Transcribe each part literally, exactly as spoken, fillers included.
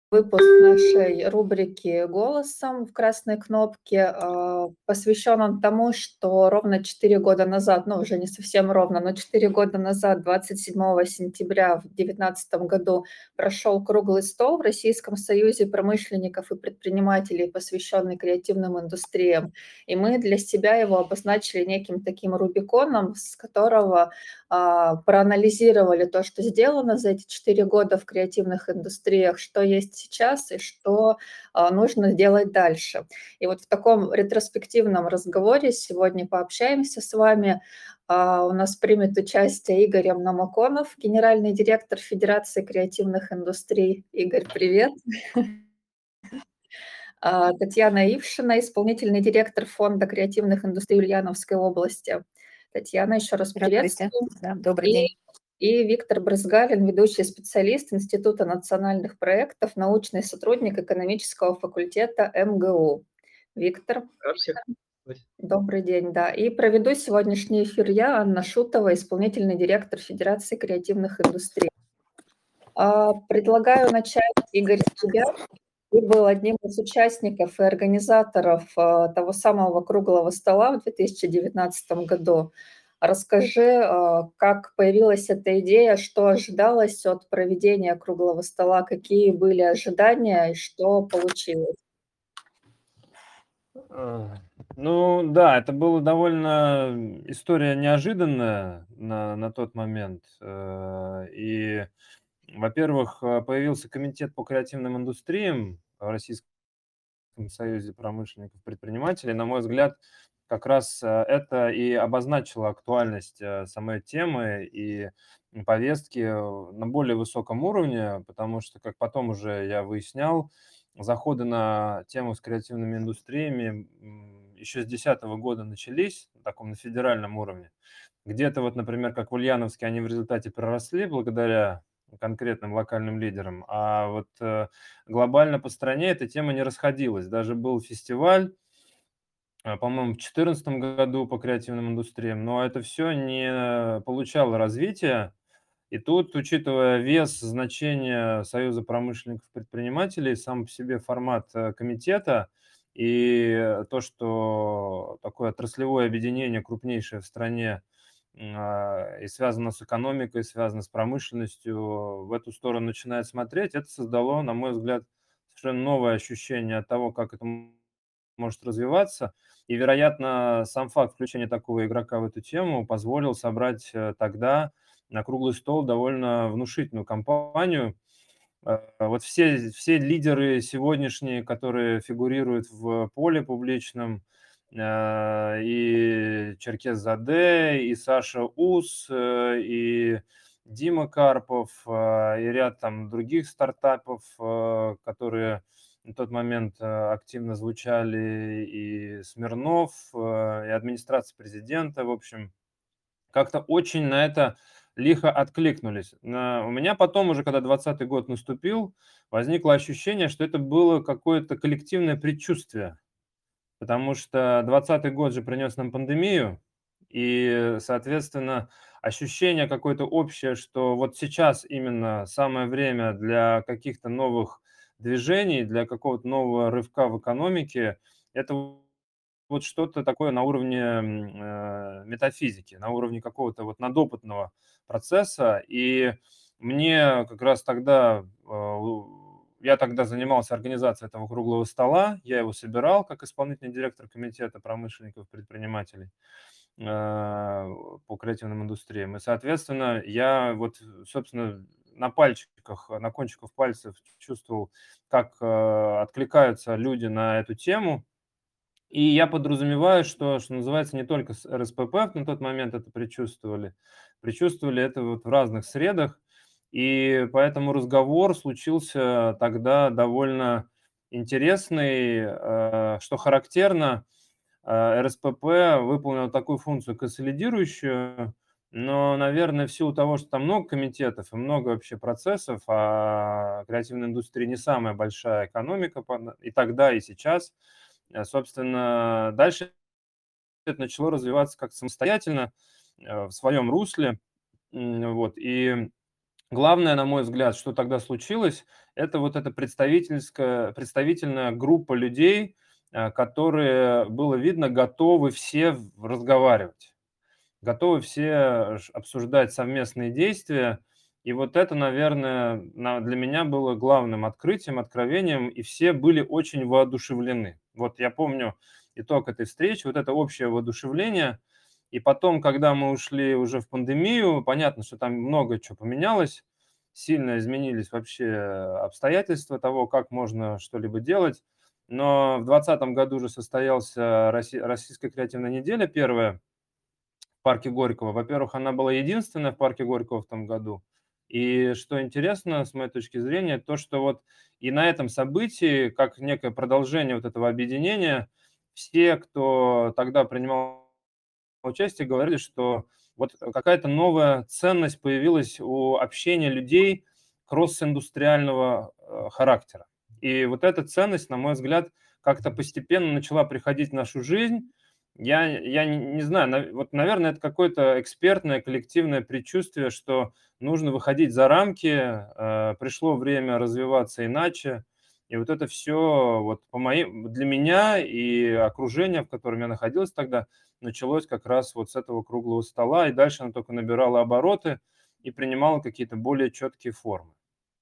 Выпуск нашей рубрики "Голосом" в красной кнопке, а, посвящен он тому, что ровно четыре года назад, ну, уже не совсем ровно, но четыре года назад, двадцать седьмого сентября в девятнадцатом году прошел круглый стол в Российском союзе промышленников и предпринимателей, посвященный креативным индустриям. И мы для себя его обозначили неким таким рубиконом, с которого а, проанализировали то, что сделано за эти четыре года в креативных индустриях, что есть сейчас и что а, нужно делать дальше. И вот в таком ретроспективном разговоре сегодня пообщаемся с вами. А, У нас примет участие Игорь Амнамаконов, генеральный директор Федерации креативных индустрий. Игорь, привет. А, Татьяна Ившина, исполнительный директор Фонда креативных индустрий Ульяновской области. Татьяна, еще раз Здравствуйте. приветствую. Да, добрый И день. и Виктор Брызгалин, ведущий специалист Института национальных проектов, научный сотрудник экономического факультета МГУ. Виктор, Всех. добрый день, да. И проведу сегодняшний эфир я, Анна Шутова, исполнительный директор Федерации креативных индустрий. А, Предлагаю начать, Игорь, с тебя. Ты был одним из участников и организаторов а, того самого круглого стола в две тысячи девятнадцатом году. Расскажи, а, как появилась эта идея, что ожидалось от проведения круглого стола, какие были ожидания и что получилось? Э, Ну да, это была довольно история неожиданная на, на тот момент. Э, И, во-первых, э, появился комитет по креативным индустриям в Российском союзе промышленников предпринимателей. На мой взгляд, как раз э, это и обозначило актуальность э, самой темы и повестки э, на более высоком уровне, потому что, как потом уже я выяснял, заходы на тему с креативными индустриями м, еще с две тысячи десятого года начались, на таком на федеральном уровне. Где-то вот, например, как в Ульяновске, они в результате проросли благодаря конкретным локальным лидерам, а вот э, глобально по стране эта тема не расходилась. Даже был фестиваль, а, по-моему, в две тысячи четырнадцатом году по креативным индустриям, но это все не получало развития. И тут, учитывая вес, значение Союза промышленников и предпринимателей, сам по себе формат э, комитета и то, что такое отраслевое объединение крупнейшее в стране м, а, и связано с экономикой, связано с промышленностью, в эту сторону начинает смотреть, это создало, на мой взгляд, совершенно новое ощущение от того, как это м- может развиваться. И, вероятно, сам факт включения такого игрока в эту тему позволил собрать э, тогда на круглый стол довольно внушительную компанию. Э, Вот все, все лидеры сегодняшние, которые фигурируют в поле публичном, э, и Черкес Заде, и Саша Ус, э, и Дима Карпов, э, и ряд там других стартапов, э, которые на тот момент э, активно звучали, и Смирнов, э, и администрация президента, в общем, как-то очень на это лихо откликнулись. На у меня потом уже, когда двадцатый год наступил, возникло ощущение, что это было какое-то коллективное предчувствие, потому что двадцатый год же принес нам пандемию, и, соответственно, ощущение какое-то общее, что вот сейчас именно самое время для каких-то новых движений, для какого-то нового рывка в экономике. Это вот что-то такое на уровне, м, э, метафизики, на уровне какого-то вот надопытного процесса. И мне как раз тогда, а, у я тогда занимался организацией этого круглого стола, я его собирал как исполнительный директор комитета промышленников, предпринимателей, а, по креативным индустриям. И, соответственно, я вот, собственно, на пальчиках, на кончиках пальцев чувствовал, как, а, откликаются люди на эту тему. И я подразумеваю, что, что называется, не только с эр эс пэ пэ на тот момент это предчувствовали, предчувствовали это вот в разных средах, и поэтому разговор случился тогда довольно интересный. Э, Что характерно, э, эр эс пэ пэ выполнил такую функцию консолидирующую, но, наверное, в силу того, что там много комитетов и много вообще процессов, а креативная индустрия не самая большая экономика по- и тогда, и сейчас, Э, собственно, дальше это начало развиваться как самостоятельно, э, в своем русле. М, вот, и Главное, на мой взгляд, что тогда случилось, это вот эта представительская представительная группа людей, э, которые, было видно, готовы все в разговаривать, готовы все ш обсуждать совместные действия. И вот это, наверное, на для меня было главным открытием, откровением, и все были очень воодушевлены. Вот я помню итог этой встречи, вот это общее воодушевление. И потом, когда мы ушли уже в пандемию, понятно, что там много чё поменялось, сильно изменились вообще обстоятельства того, как можно что-либо делать. Но в двадцатом году же состоялся Росси Российская креативная неделя первая в парке Горького. Во-первых, она была единственная в парке Горького в том году. И что интересно, с моей точки зрения, то, что вот и на этом событии, как некое продолжение вот этого объединения, все, кто тогда принимал участие, говорили, что вот какая-то новая ценность появилась у общения людей кросс-индустриального, э, характера. И вот эта ценность, на мой взгляд, как-то постепенно начала приходить в нашу жизнь. Я я н не знаю, нав вот, наверное, это какое-то экспертное коллективное предчувствие, что нужно выходить за рамки, э, пришло время развиваться иначе. И вот это всё вот по моим для меня и окружения, в котором я находился тогда, началось как раз вот с этого круглого стола, и дальше оно тока набирало обороты и принимало какие-то более четкие формы.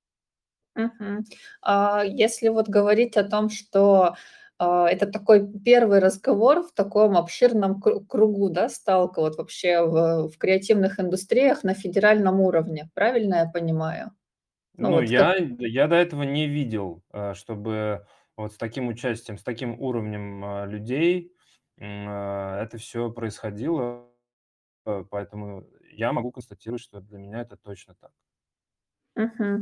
Мгм. А если вот говорить о том, что, а, это такой первый разговор в таком обширном кру кругу, да, сталка вот вообще в в креативных индустриях на федеральном уровне, правильно я понимаю? Ну Ну, вот как я я до этого не видел, э, чтобы вот с таким участием, с таким уровнем, а, людей, м, а, это всё происходило. Э, поэтому я могу констатировать, что для меня это точно так. Мгм.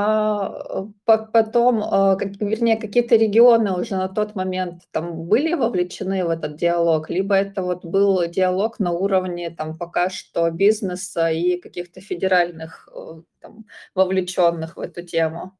А, по потом, а, как вернее, какие-то регионы уже на тот момент там были вовлечены в этот диалог, либо это вот был диалог на уровне там пока что бизнеса и каких-то федеральных, э, там вовлеченных в эту тему?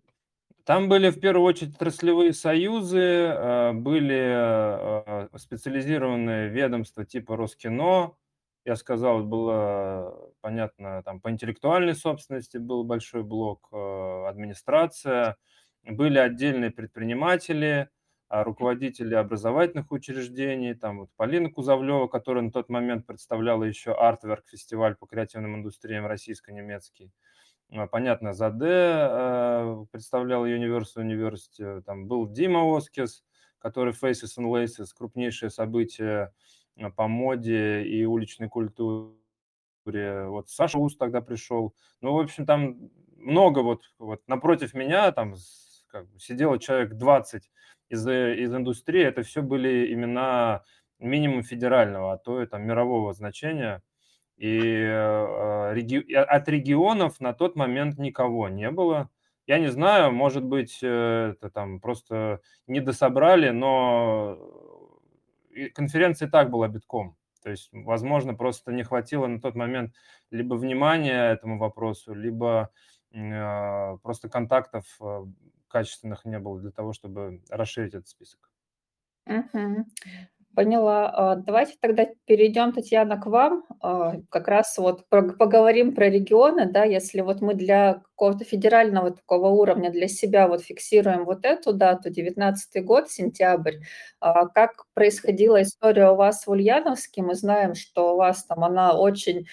Там были в первую очередь отраслевые союзы, э, были, а, специализированные ведомства типа Роскино. Я сказал, было понятно, там по интеллектуальной собственности был большой блок, э, администрация, были отдельные предприниматели, а, руководители образовательных учреждений. Там вот Полина Кузовлева, которая на тот момент представляла еще Артверк, фестиваль по креативным индустриям российско-немецкий. А, понятно, Заде, э, представлял Universal University. Там был Дима Оскис, который Faces and Laces, крупнейшее событие, а, по моде и уличной культуре. Вот Саша Ус тогда пришел. Ну, в общем, там много вот вот напротив меня там с как бы сидело человек двадцать из из индустрии. Это всё были имена минимум федерального, а то и там мирового значения. И, а, реги и от регионов на тот момент никого не было. Я не знаю, может быть, э, это там просто недособрали, но и конференция и так была битком. То есть, возможно, просто не хватило на тот момент либо внимания этому вопросу, либо, м, а, просто контактов, а, качественных не было для того, чтобы расширить этот список. Мгм. Поняла. А, давайте тогда перейдем, Татьяна, к вам. А, как раз вот пог поговорим про регионы, да. Если вот мы для какого-то федерального такого уровня для себя вот фиксируем вот эту дату, девятнадцатый год, сентябрь. А как происходила история у вас в Ульяновске? Мы знаем, что у вас там она очень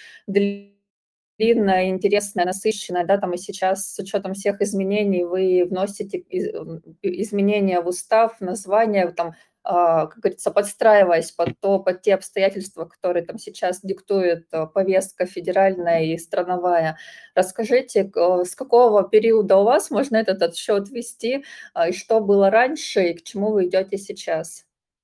длинная, интересная, насыщенная, да, там и сейчас с учетом всех изменений вы вносите из м, изменения в устав, названия там, а, как говорится, подстраиваясь под то под те обстоятельства, которые там сейчас диктует, а, повестка федеральная и страновая. Расскажите, к с какого периода у вас можно этот отсчет вести, а, и что было раньше, и к чему вы идете сейчас?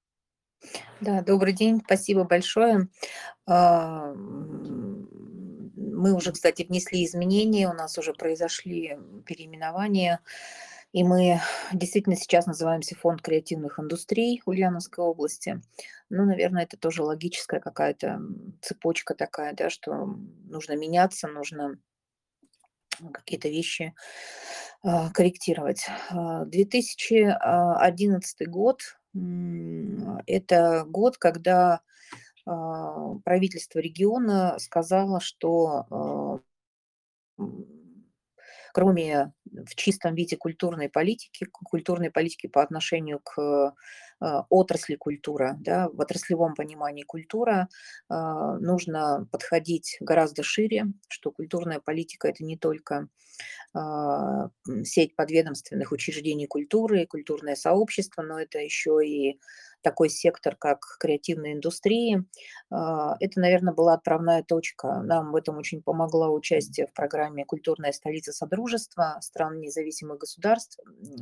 Да, добрый день, спасибо большое. А, м, мы уже, кстати, внесли изменения, у нас уже произошли переименования, и мы действительно сейчас называемся Фонд креативных индустрий Ульяновской области. Ну, наверно, это тоже логическая какая-то, м, цепочка такая, да, что, м, нужно меняться, нужно какие-то вещи, а, корректировать. А, две тысячи, а, одиннадцатый год, м, это год, когда, а, правительство региона сказало, что, а, м кроме в чистом виде культурной политики, культурной политики по отношению к отрасли культура, да, в отраслевом понимании культура, нужно подходить гораздо шире, что культурная политика – это не только сеть подведомственных учреждений культуры, культурное сообщество, но это еще и такой сектор, как креативные индустрии. Это, наверное, была отправная точка. Нам в этом очень помогло участие в программе «Культурная столица Содружества стран независимых государств»,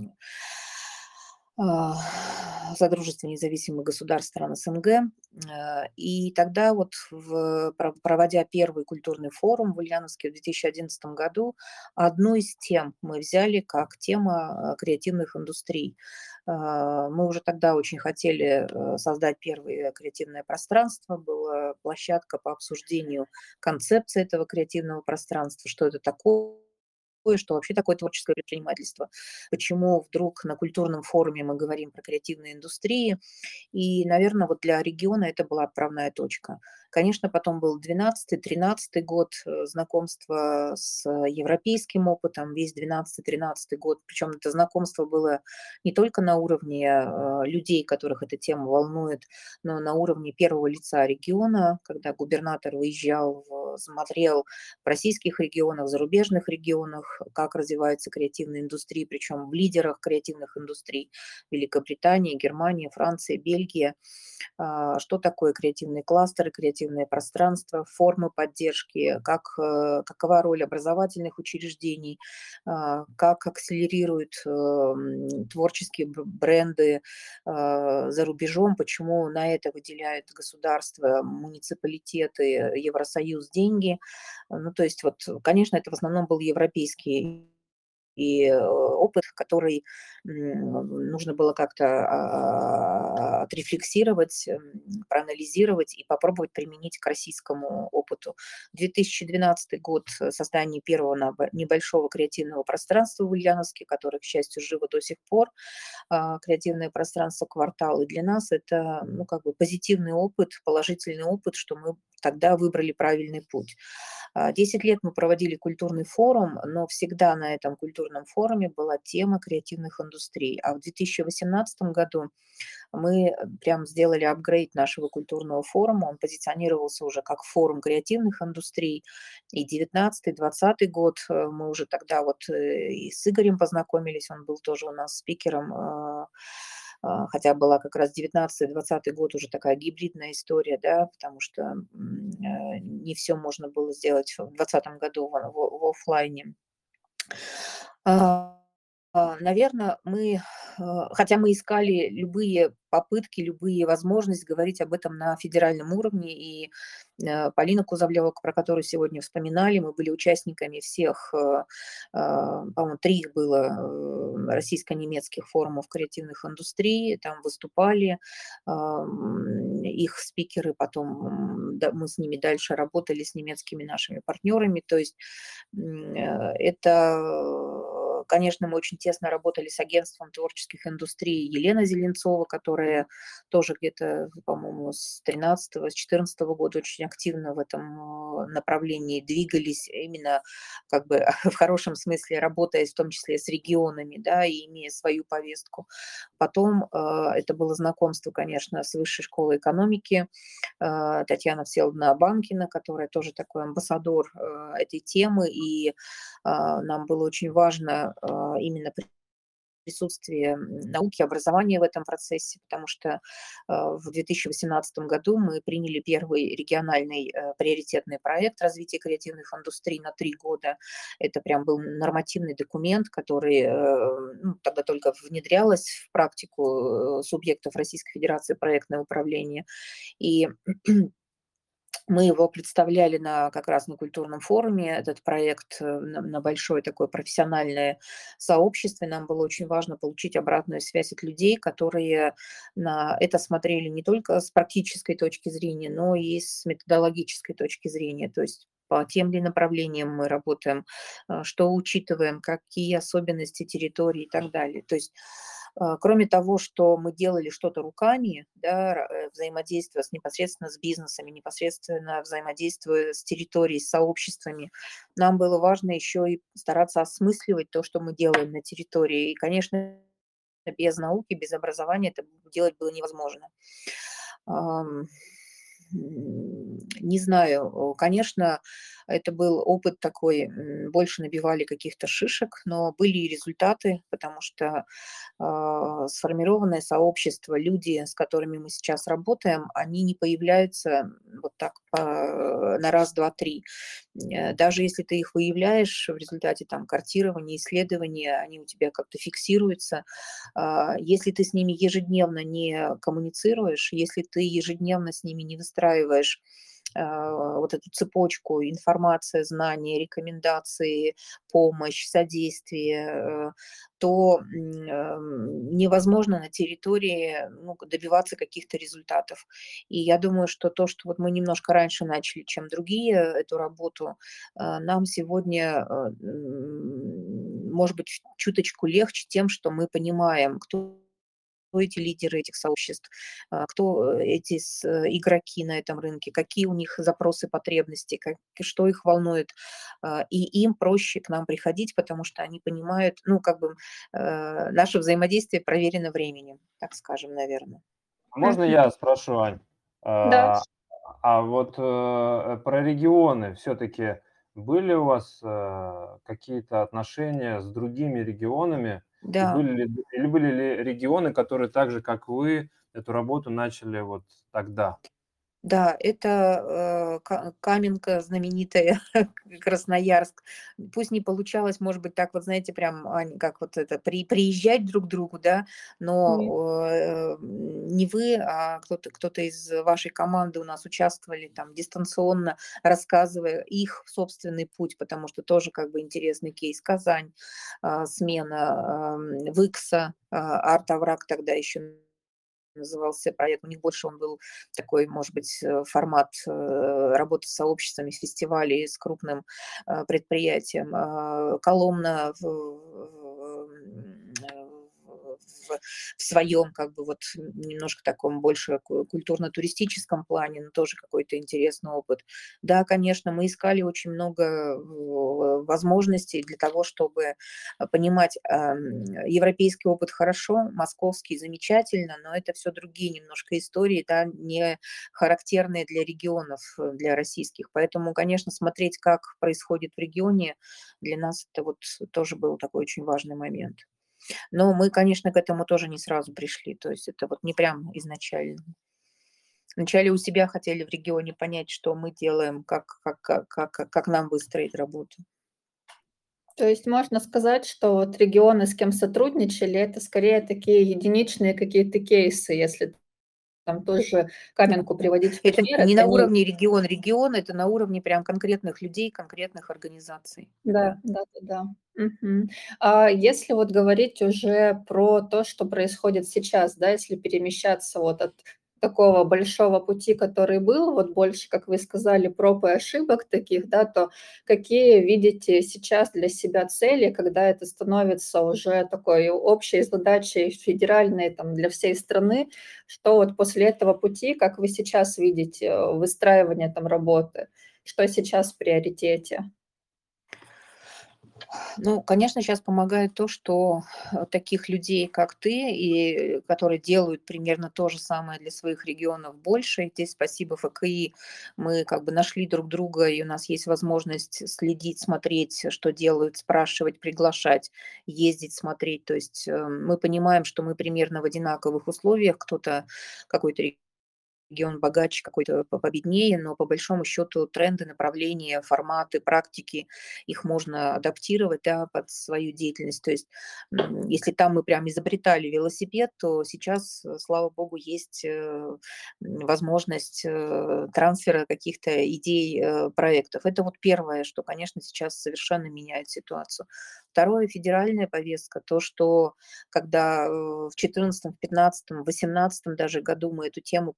Содружества независимых государств стран СНГ. И тогда вот, в, проводя первый культурный форум в Ульяновске в две тысячи одиннадцатом году, одну из тем мы взяли как тема креативных индустрий. Мы уже тогда очень хотели создать первое креативное пространство, была площадка по обсуждению концепции этого креативного пространства, что это такое, что вообще такое творческое предпринимательство, почему вдруг на культурном форуме мы говорим про креативные индустрии. И, наверное, вот для региона это была отправная точка. Конечно, потом был двенадцатый-тринадцатый год, знакомство с европейским опытом, весь двенадцатый-тринадцатый год. Причем это знакомство было не только на уровне людей, которых эта тема волнует, но на уровне первого лица региона, когда губернатор выезжал, смотрел в российских регионах, в зарубежных регионах, как развиваются креативные индустрии, причем в лидерах креативных индустрий Великобритании, Германии, Франции, Бельгии. Что такое креативные кластеры, креативное пространство, формы поддержки, как, какова роль образовательных учреждений, как акселерируют творческие бренды за рубежом, почему на это выделяют государства, муниципалитеты, Евросоюз деньги. Ну, то есть вот, конечно, это в основном был европейский и опыт, который нужно было как-то отрефлексировать, проанализировать и попробовать применить к российскому опыту. две тысячи двенадцатый год – создание первого небольшого креативного пространства в Ульяновске, которое, к счастью, живо до сих пор. Креативное пространство «Квартал». И для нас это, ну, как бы позитивный опыт, положительный опыт, что мы тогда выбрали правильный путь. Десять лет мы проводили культурный форум, но всегда на этом культурном форуме была тема креативных индустрий. А в две тысячи восемнадцатом году мы прям сделали апгрейд нашего культурного форума. Он позиционировался уже как форум креативных индустрий. И девятнадцатый-двадцатый год мы уже тогда вот и с Игорем познакомились, он был тоже у нас спикером, хотя была как раз девятнадцатый-двадцатый год уже такая гибридная история, да, потому что не все можно было сделать в двадцатом году в, в, в офлайне. Наверное, мы, хотя мы искали любые попытки, любые возможности говорить об этом на федеральном уровне, и Полина Кузовлева, про которую сегодня вспоминали, мы были участниками всех, по-моему, три их было российско-немецких форумов креативных индустрий, там выступали их спикеры, потом мы с ними дальше работали, с немецкими нашими партнерами, то есть это, конечно, мы очень тесно работали с агентством творческих индустрий Елена Зеленцова, которая тоже где-то, по-моему, с тринадцатого, с четырнадцатого года очень активно в этом направлении двигались, именно как бы в хорошем смысле работая в том числе с регионами, да, и имея свою повестку. Потом это было знакомство, конечно, с Высшей школой экономики, Татьяна Всеволодовна Банкина, которая тоже такой амбассадор этой темы, и нам было очень важно именно присутствие науки, образования в этом процессе, потому что в две тысячи восемнадцатом году мы приняли первый региональный приоритетный проект развития креативных индустрий на три года. Это прям был нормативный документ, который, ну, тогда только внедрялось в практику субъектов Российской Федерации проектное управление. И мы его представляли на, как раз на культурном форуме, этот проект на, на большое такое профессиональное сообщество. И нам было очень важно получить обратную связь от людей, которые на это смотрели не только с практической точки зрения, но и с методологической точки зрения. То есть по тем ли направлениям мы работаем, что учитываем, какие особенности территории и так далее. То есть А, Кроме того, что мы делали что-то руками, да, ра- э, взаимодействуя с, непосредственно с бизнесами, непосредственно взаимодействуя с территорией, с сообществами, нам было важно еще и стараться осмысливать то, что мы делаем на территории. И, конечно, без науки, без образования это делать было невозможно. Ам, м, Не знаю, о, конечно, это был опыт такой, м, больше набивали каких-то шишек, но были и результаты, потому что а, сформированное сообщество, люди, с которыми мы сейчас работаем, они не появляются вот так по- на раз, два, три. Э, Даже если ты их выявляешь в результате там картирования, исследования, они у тебя как-то фиксируются. А, Если ты с ними ежедневно не коммуницируешь, если ты ежедневно с ними не выстраиваешь а, вот эту цепочку: информация, знания, рекомендации, помощь, содействие, э, то м, эм, невозможно на территории, ну, добиваться каких-то результатов. И я думаю, что то, что вот мы немножко раньше начали, чем другие, эту работу, а, нам сегодня, а, м, может быть, чуточку легче тем, что мы понимаем, кто эти лидеры этих сообществ, а, кто э, эти с- э, игроки на этом рынке, какие у них запросы, потребности, как, что их волнует. А, И им проще к нам приходить, потому что они понимают, ну, как бы э, наше взаимодействие проверено временем, так скажем, наверное. Можно Мгм. я спрошу, Ань? Да. А, а вот, э, про регионы все-таки были у вас, э, какие-то отношения с другими регионами? И Да. были ли или были ли регионы, которые так же, как вы, эту работу начали вот тогда? Да, это, э, Ка Каменка знаменитая, Красноярск. Пусть не получалось, может быть, так вот, знаете, прям, Ань, как вот это, при приезжать друг к другу, да, М. но, э, не вы, а кто-то кто-то из вашей команды у нас участвовали там дистанционно, рассказывая их собственный путь, потому что тоже как бы интересный кейс. Казань, а, смена, ам, Выкса, а, "Арт-Овраг" тогда еще назывался проект. У них больше он был такой, может быть, э, формат э, работы с сообществами, фестивалей с крупным э, предприятием. А, Коломна в, в- в- в своем, как бы вот немножко таком больше ку- культурно-туристическом плане, но тоже какой-то интересный опыт. Да, конечно, мы искали очень много э, возможностей для того, чтобы а, понимать, ам, европейский опыт хорошо, московский замечательно, но это все другие немножко истории, да, не характерные для регионов, э, для российских. Поэтому, конечно, смотреть, как происходит в регионе, для нас это вот тоже был такой очень важный момент. Но мы, конечно, к этому тоже не сразу пришли, то есть это вот не прям изначально. Вначале у себя хотели в регионе понять, что мы делаем, как как как как как нам выстроить работу. То есть можно сказать, что вот регионы, с кем сотрудничали, это скорее такие единичные какие-то кейсы, если там тоже Да, Каменку да. приводить в Это пример, не это на не. уровне регион-регион, это на уровне прям конкретных людей, конкретных организаций. Да, Да. да-да-да. Мгм. А если вот говорить уже про то, что происходит сейчас, да, если перемещаться вот от такого большого пути, который был, вот больше, как вы сказали, проб и ошибок таких, да, то какие видите сейчас для себя цели, когда это становится уже такой общей задачей федеральной там для всей страны? Что вот после этого пути, как вы сейчас видите, э, выстраивание там работы? Что сейчас в приоритете? Ну, конечно, сейчас помогает то, что э, таких людей, как ты, и которые делают примерно то же самое для своих регионов, больше. И здесь спасибо эф ка и мы как бы нашли друг друга, и у нас есть возможность следить, смотреть, что делают, спрашивать, приглашать, ездить, смотреть. То есть э, мы понимаем, что мы примерно в одинаковых условиях. Кто-то какой-то регион богаче, какой-то по победнее, но по большому счету тренды, направления, форматы, практики, их можно адаптировать, да, под свою деятельность. То есть, м, если там мы прям изобретали велосипед, то сейчас, э, слава богу, есть э, м, возможность э, трансфера каких-то идей, э, проектов. Это вот первое, что, конечно, сейчас совершенно меняет ситуацию. Второе, федеральная повестка, то, что когда э, в четырнадцатом, в пятнадцатом, в восемнадцатом даже году мы эту тему поднимали,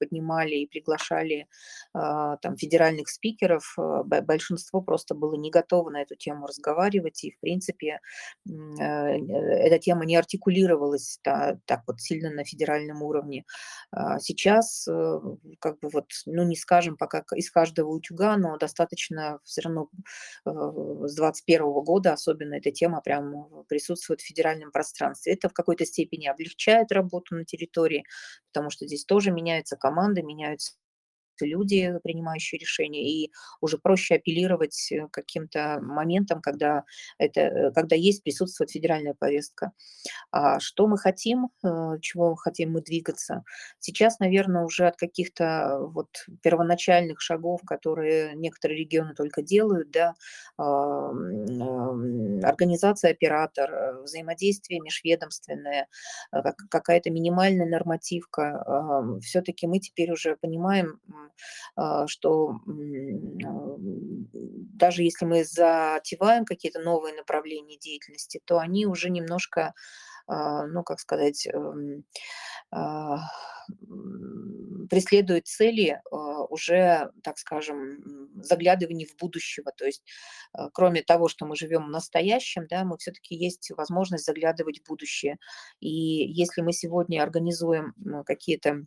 принимали и приглашали а, там федеральных спикеров, а, б- большинство просто было не готово на эту тему разговаривать, и, в принципе, м, э, эта тема не артикулировалась та- так вот сильно на федеральном уровне. А Сейчас, э, как бы вот, ну, не скажем пока к- из каждого утюга, но достаточно все равно э, с двадцать первого года особенно эта тема прям присутствует в федеральном пространстве. Это в какой-то степени облегчает работу на территории, потому что здесь тоже меняются команды, меняются люди, принимающие решения, и уже проще апеллировать э, к каким-то моментам, когда, это, э, когда есть, присутствует федеральная повестка. А что мы хотим, э, чего хотим мы двигаться? Сейчас, наверное, уже от каких-то вот первоначальных шагов, которые некоторые регионы только делают, да, а, м, ам, организация оператор, э, взаимодействие межведомственное, а, как- какая-то минимальная нормативка. Все-таки мы теперь уже понимаем, м, а, что м, а, м, даже если мы затеваем какие-то новые направления деятельности, то они уже немножко а, ну, как сказать, эм, а, м, преследует цели а, уже, так скажем, м, заглядывания в будущего. То есть, а, кроме того, что мы живем в настоящем, да, мы все-таки есть возможность заглядывать в будущее. И если мы сегодня организуем м, какие-то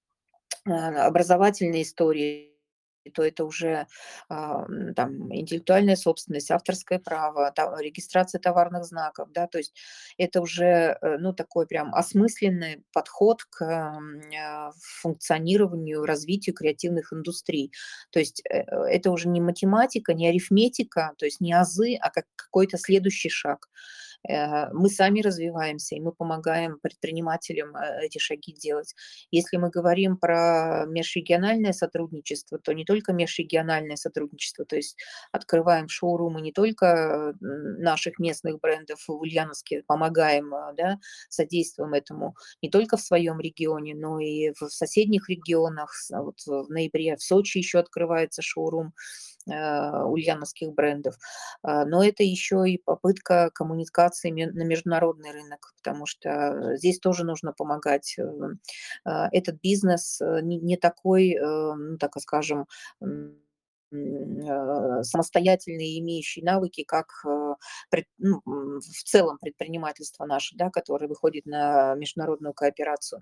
а, образовательные истории, то это уже а, м, там интеллектуальная собственность, авторское право, та- регистрация товарных знаков, да, то есть это уже э, ну такой прям осмысленный подход к м, а, функционированию, развитию креативных индустрий. То есть э, э, это уже не математика, не арифметика, то есть не азы, а как какой-то следующий шаг. Э, Мы сами развиваемся, и мы помогаем предпринимателям э, эти шаги делать. Если мы говорим про межрегиональное сотрудничество, то не только межрегиональное сотрудничество, то есть открываем шоурумы не только м, наших местных брендов в Ульяновске, помогаем, а, да, содействуем этому не только в своем регионе, но и в соседних регионах. С- а Вот в ноябре в Сочи еще открывается шоурум э, ульяновских брендов. А, Но это еще и попытка коммуникации ме- на международный рынок, потому что здесь тоже нужно помогать. э, а, Этот бизнес э, не не такой, э, ну, так скажем, м, м, э, самостоятельный, имеющий навыки, как э, пред- ну, м, в целом предпринимательство наше, да, которое выходит на международную кооперацию.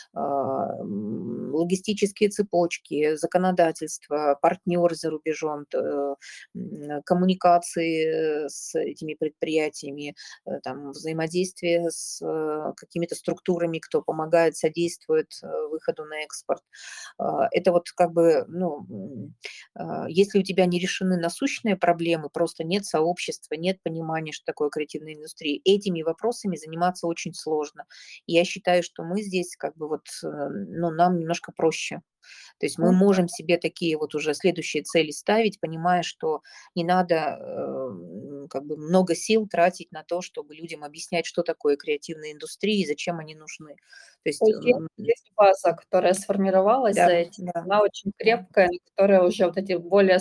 А, м, Логистические цепочки, законодательство, партнеры за рубежом, т- э, м, коммуникации э, с этими предприятиями, э, там, взаимодействие с э, какими-то структурами, кто помогает, содействует э, выходу на экспорт. А, Это вот как бы, ну, м, а, если у тебя не решены насущные проблемы, просто нет сообщества, нет понимания, что такое креативная индустрия, этими вопросами заниматься очень сложно. И я считаю, что мы здесь как бы вот, э, ну, нам немножко проще. То есть мы Мгм. можем себе такие вот уже следующие цели ставить, понимая, что не надо э, м, как бы много сил тратить на то, чтобы людям объяснять, что такое креативная индустрия и зачем они нужны. То То есть, есть есть м, есть база, которая сформировалась да, за эти да, она очень да. крепкая, на которой уже вот эти более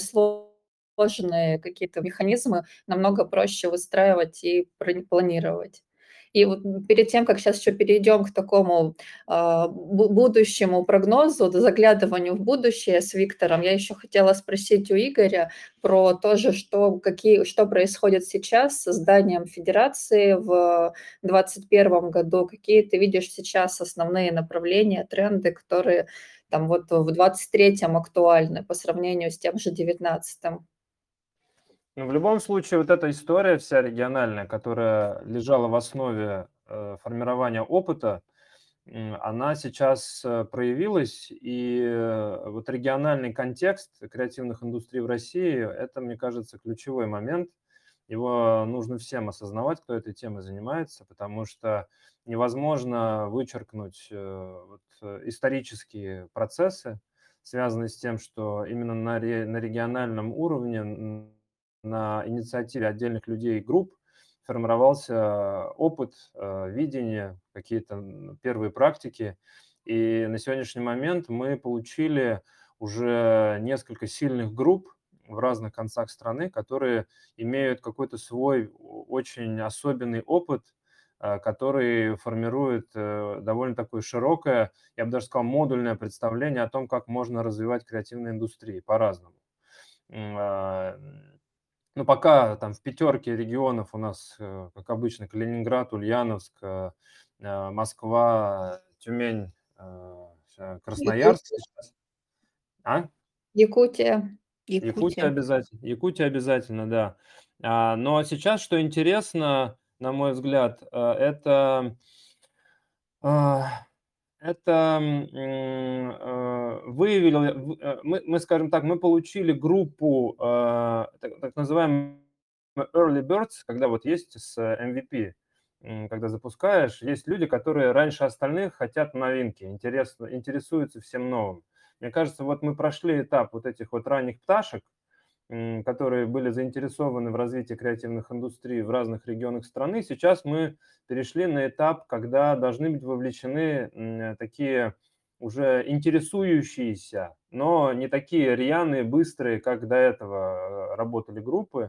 сложные какие-то механизмы намного проще выстраивать и прони планировать. И вот, м, перед тем, как сейчас еще перейдем к такому, а, бу будущему прогнозу, д заглядыванию в будущее с Виктором, я еще хотела спросить у Игоря про тоже, что какие что происходит сейчас с созданием федерации в двадцать первом году. Какие ты видишь сейчас основные направления, тренды, которые там вот в двадцать третьем актуальны по сравнению с тем же девятнадцатым? Ну, в любом случае, вот эта история вся региональная, которая лежала в основе э, формирования опыта, м, она сейчас э, проявилась, и э, вот региональный контекст креативных индустрий в России – это, мне кажется, ключевой момент. Его нужно всем осознавать, кто этой темой занимается, потому что невозможно вычеркнуть э, вот, э, исторические процессы, связанные с тем, что именно на, ре- на региональном уровне, м, на инициативе отдельных людей и групп формировался опыт, э, видение, какие-то м, первые практики. И на сегодняшний момент мы получили уже несколько сильных групп в разных концах страны, которые имеют какой-то свой о- очень особенный опыт э, который формирует э, довольно такое широкое, я бы даже сказал, модульное представление о том, как можно развивать креативные индустрии по-разному. М, а, Ну, пока там в пятерке регионов у нас, э, как обычно, Калининград, Ульяновск, э, э, Москва, Тюмень, э, ща Красноярск Якутия. сейчас. А? Якутия. Якутия Якутия. обязательно, Якутия обязательно, да. А, но сейчас, что интересно, на мой взгляд, э, это, а, это, м, э, выявило в э, мы мы, скажем так, мы получили группу, а, так так называемых early birds, когда вот есть с эм ви пи, м, когда запускаешь, есть люди, которые раньше остальных хотят новинки, интересно интересуются всем новым. Мне кажется, вот мы прошли этап вот этих вот ранних пташек, м, которые были заинтересованы в развитии креативных индустрий в разных регионах страны. Сейчас мы перешли на этап, когда должны быть вовлечены м, такие уже интересующиеся, но не такие рьяные, быстрые, как до этого э, работали группы.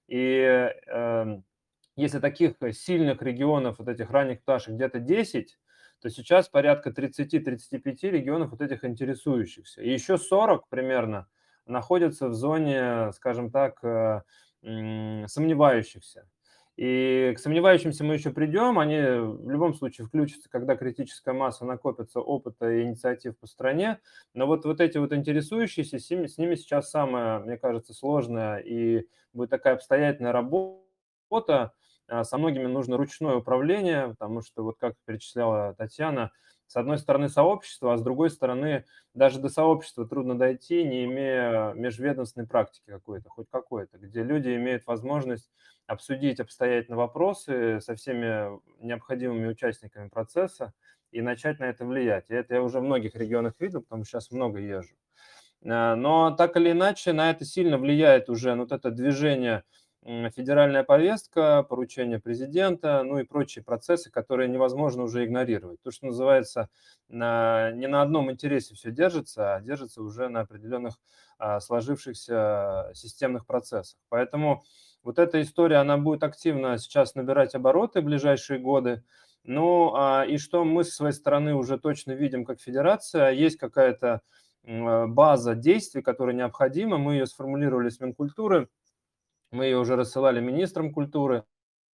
И эм, если таких сильных регионов, вот этих ранних пташек где-то десять, то сейчас порядка тридцать-тридцать пять регионов вот этих интересующихся. И еще сорок примерно находятся в зоне, скажем так, э, м, сомневающихся. И к сомневающимся мы еще придем, они в любом случае включатся, когда критическая масса накопится опыта и инициатив по стране. Но вот, вот эти вот интересующиеся, с ними, с ними сейчас самое, мне кажется, сложное и будет такая обстоятельная работа. А, Со многими нужно ручное управление, потому что, вот как перечисляла Татьяна, с одной стороны сообщество, а с другой стороны даже до сообщества трудно дойти, не имея межведомственной практики какой-то, хоть какой-то, где люди имеют возможность обсудить обстоятельно вопросы со всеми необходимыми участниками процесса и начать на это влиять. И это я уже в многих регионах видел, потому что сейчас много езжу. Э, Но так или иначе на это сильно влияет уже ну, вот это движение, м, федеральная повестка, поручение президента, ну и прочие процессы, которые невозможно уже игнорировать. То, что называется, на, не на одном интересе все держится, а держится уже на определенных а, сложившихся системных процессах. Поэтому вот эта история, она будет активно сейчас набирать обороты в ближайшие годы. Ну, а, и что мы со своей стороны уже точно видим как федерация, есть какая-то м, э, база действий, которая необходима. Мы ее сформулировали с Минкультуры, мы ее уже рассылали министрам культуры.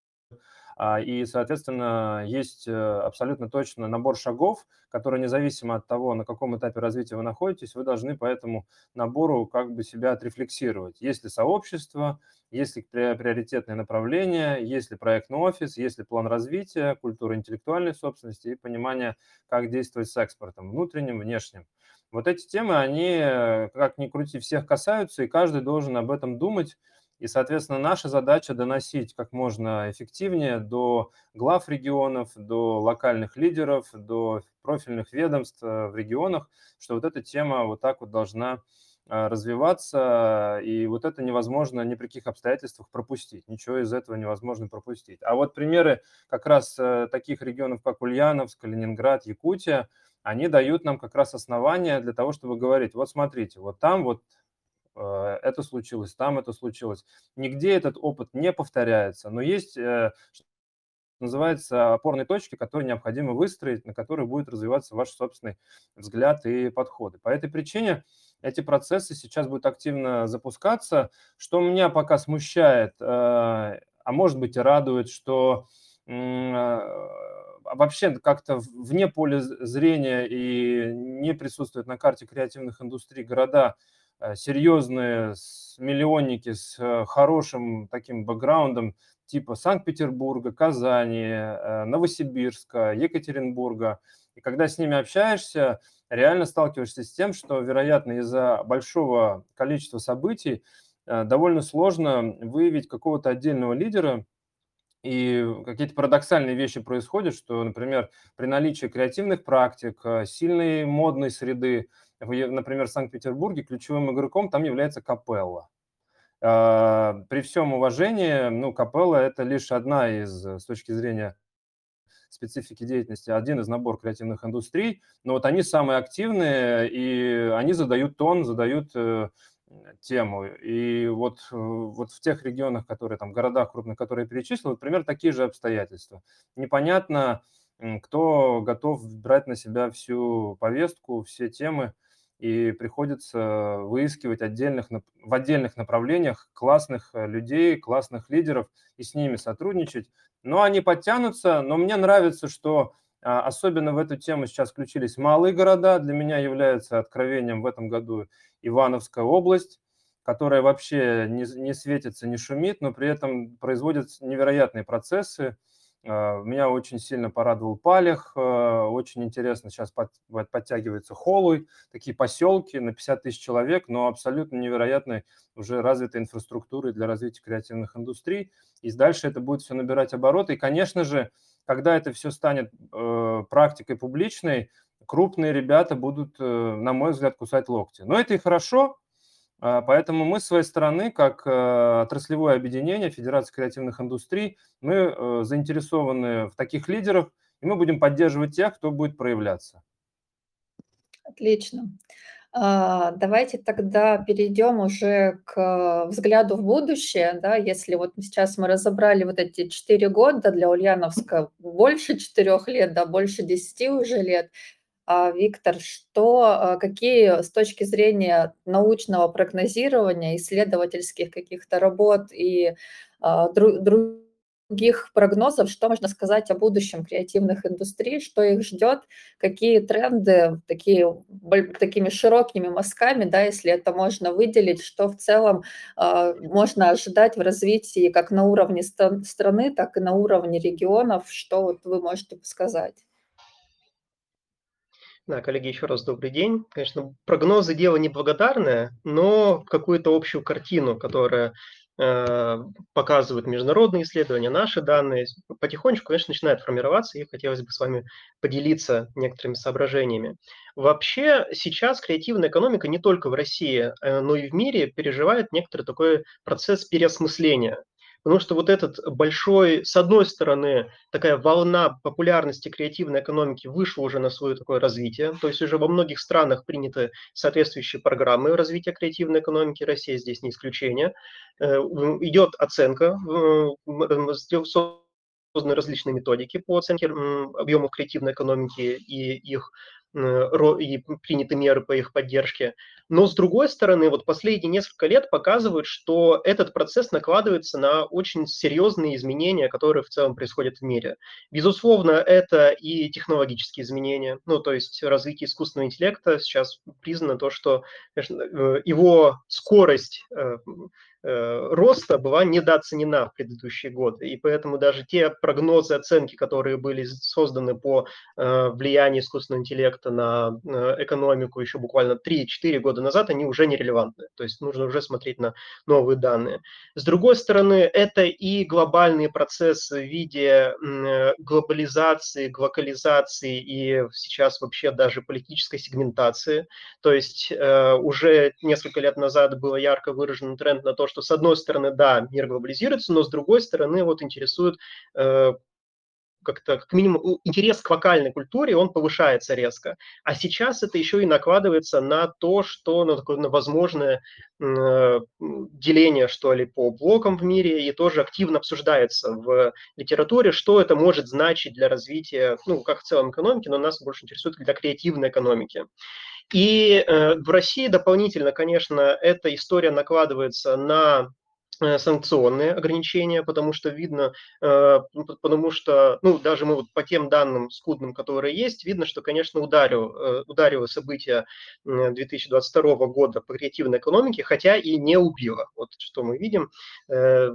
А, И, соответственно, есть э, абсолютно точно набор шагов, которые независимо от того, на каком этапе развития вы находитесь, вы должны по этому набору как бы себя отрефлексировать. Есть ли сообщество, есть ли при- приоритетные направления, есть ли проектный офис, есть ли план развития, культура интеллектуальной собственности и понимание, как действовать с экспортом, внутренним, внешним. Вот эти темы, они, э, как ни крути, всех касаются, и каждый должен об этом думать. И, соответственно, наша задача доносить как можно эффективнее до глав регионов, до локальных лидеров, до профильных ведомств э, в регионах, что вот эта тема вот так вот должна а, развиваться, и вот это невозможно ни при каких обстоятельствах пропустить. Ничего из этого невозможно пропустить. А вот примеры как раз э, таких регионов, как Ульяновск, Калининград, Якутия, они дают нам как раз основания для того, чтобы говорить, вот смотрите, вот там вот э, это случилось, там это случилось. Нигде этот опыт не повторяется, но есть, э, что называется, опорные точки, которые необходимо выстроить, на которых будет развиваться ваш собственный взгляд и подходы. По этой причине эти процессы сейчас будут активно запускаться. Что меня пока смущает, э, а может быть и радует, что м, э, вообще как-то в- вне поля з- зрения и не присутствует на карте креативных индустрий города э, серьезные с- миллионники с э, хорошим таким бэкграундом типа Санкт-Петербурга, Казани, э, Новосибирска, Екатеринбурга. И когда с ними общаешься, реально сталкиваешься с тем, что, вероятно, из-за большого количества событий э, довольно сложно выявить какого-то отдельного лидера, и какие-то парадоксальные вещи происходят, что, например, при наличии креативных практик, э, сильной модной среды, в е- например, в Санкт-Петербурге ключевым игроком там является капелла. А, При всем уважении, ну, капелла – это лишь одна из, э, с точки зрения специфики деятельности, один из набор креативных индустрий, но вот они самые активные, и они задают тон, задают э, тему. И вот, э, вот в тех регионах, которые там, городах крупных, которые я перечислил, например, такие же обстоятельства. Непонятно, м, кто готов брать на себя всю повестку, все темы, и приходится выискивать отдельных, нап- в отдельных направлениях классных э, людей, классных лидеров и с ними сотрудничать. Но они подтянутся, но мне нравится, что а, особенно в эту тему сейчас включились малые города. Для меня является откровением в этом году Ивановская область, которая вообще не, не светится, не шумит, но при этом производит невероятные процессы. А, Меня очень сильно порадовал Палех, а, очень интересно сейчас под- под- подтягивается Холуй, такие поселки на пятьдесят тысяч человек, но абсолютно невероятной уже развитой инфраструктурой для развития креативных индустрий. И дальше это будет все набирать обороты. И, конечно же, когда это все станет э, практикой публичной, крупные ребята будут, э, на мой взгляд, кусать локти. Но это и хорошо, а, поэтому мы с своей стороны, как э, отраслевое объединение Федерации креативных индустрий, мы э, заинтересованы в таких лидерах, и мы будем поддерживать тех, кто будет проявляться. Отлично. А, давайте тогда перейдем уже к взгляду в будущее, да. Если вот сейчас мы разобрали вот эти четыре года, для Ульяновска больше четырех лет, да, больше десяти уже лет. А, Виктор, что, а, какие с точки зрения научного прогнозирования, исследовательских каких-то работ и а, дру- других прогнозов, что можно сказать о будущем креативных индустрий, что их ждет, какие тренды такие, боль- такими широкими мазками, да, если это можно выделить, что в целом а, можно ожидать в развитии как на уровне стан- страны, так и на уровне регионов, что вот вы можете сказать? Да, коллеги, еще раз добрый день. Конечно, прогнозы дело неблагодарное, но какую-то общую картину, которая э, показывают международные исследования, наши данные, потихонечку, конечно, начинает формироваться, и хотелось бы с вами поделиться некоторыми соображениями. Вообще сейчас креативная экономика не только в России, э, но и в мире переживает некоторый такой процесс переосмысления. Потому что вот этот большой, с одной стороны, такая волна популярности креативной экономики вышла уже на свое такое развитие. То есть уже во многих странах приняты соответствующие программы развития креативной экономики. Россия здесь не исключение. Э, Идет оценка, э, м, сдел- созданы различные методики по оценке м, объемов креативной экономики и их э, ро- и приняты меры по их поддержке. Но с другой стороны, вот последние несколько лет показывают, что этот процесс накладывается на очень серьезные изменения, которые в целом происходят в мире. Безусловно, это и технологические изменения, ну, то есть развитие искусственного интеллекта. Сейчас признано то, что, конечно, э, его скорость э, э, роста была недооценена в предыдущие годы, и поэтому даже те прогнозы, оценки, которые были созданы по э, влиянию искусственного интеллекта на э, экономику еще буквально три-четыре года назад, они уже нерелевантны, то есть нужно уже смотреть на новые данные. С другой стороны, это и глобальные процессы в виде м, глобализации, глокализации и сейчас вообще даже политической сегментации. То есть э, уже несколько лет назад был ярко выраженный тренд на то, что с одной стороны, да, мир глобализируется, но с другой стороны, вот интересует э, как-то, как минимум, интерес к вокальной культуре, он повышается резко. А сейчас это еще и накладывается на то, что на такое на возможное э, деление, что ли, по блокам в мире, и тоже активно обсуждается в литературе, что это может значить для развития, ну, как в целом экономики, но нас больше интересует для креативной экономики. И э, в России дополнительно, конечно, эта история накладывается на э, санкционные ограничения, потому что видно, э, потому что, ну, даже мы вот по тем данным скудным, которые есть, видно, что, конечно, ударил, э, ударило события э, две тысячи двадцать второго года по креативной экономике, хотя и не убило. Вот что мы видим. Э, э,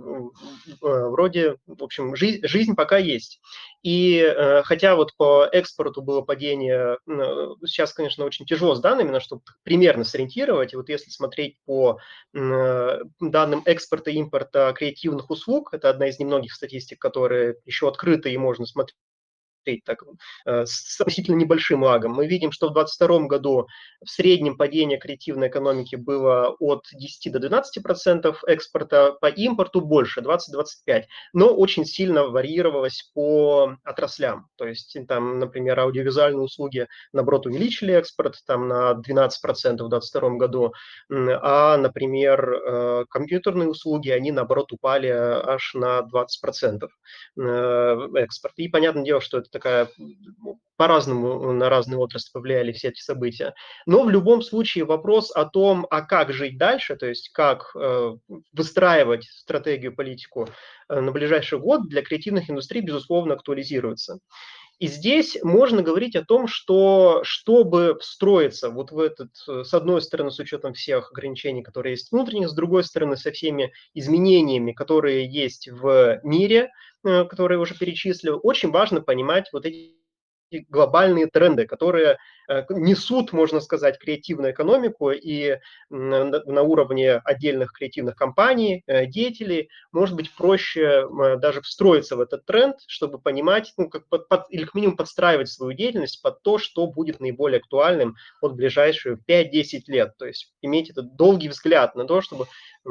Вроде, в общем, жизнь, жизнь пока есть. И э, хотя вот по экспорту было падение, э, сейчас, конечно, очень тяжело с данными, но чтобы примерно сориентировать, и вот если смотреть по э, данным экспорта и импорта креативных услуг, это одна из немногих статистик, которые еще открыты и можно смотреть так, с относительно небольшим лагом. Мы видим, что в двадцать втором году в среднем падение креативной экономики было от десяти до двенадцати процентов экспорта, по импорту больше, двадцать-двадцать пять, но очень сильно варьировалось по отраслям. То есть там, например, аудиовизуальные услуги, наоборот, увеличили экспорт там, на двенадцать процентов в двадцать втором году, а, например, компьютерные услуги, они, наоборот, упали аж на двадцать процентов экспорт. И понятное дело, что это такая по-разному на разные отрасли повлияли все эти события. Но в любом случае вопрос о том, а как жить дальше, то есть как э, выстраивать стратегию, политику э, на ближайший год для креативных индустрий, безусловно, актуализируется. И здесь можно говорить о том, что чтобы встроиться вот в этот, с одной стороны, с учетом всех ограничений, которые есть внутренних, с другой стороны, со всеми изменениями, которые есть в мире, э, которые я уже перечислил, очень важно понимать вот эти глобальные тренды, которые э, несут, можно сказать, креативную экономику, и на, на уровне отдельных креативных компаний, э, деятелей, может быть проще э, даже встроиться в этот тренд, чтобы понимать, ну, как под, под, или как минимум подстраивать свою деятельность под то, что будет наиболее актуальным от ближайшие пять-десять лет. То есть иметь этот долгий взгляд на то, чтобы, э,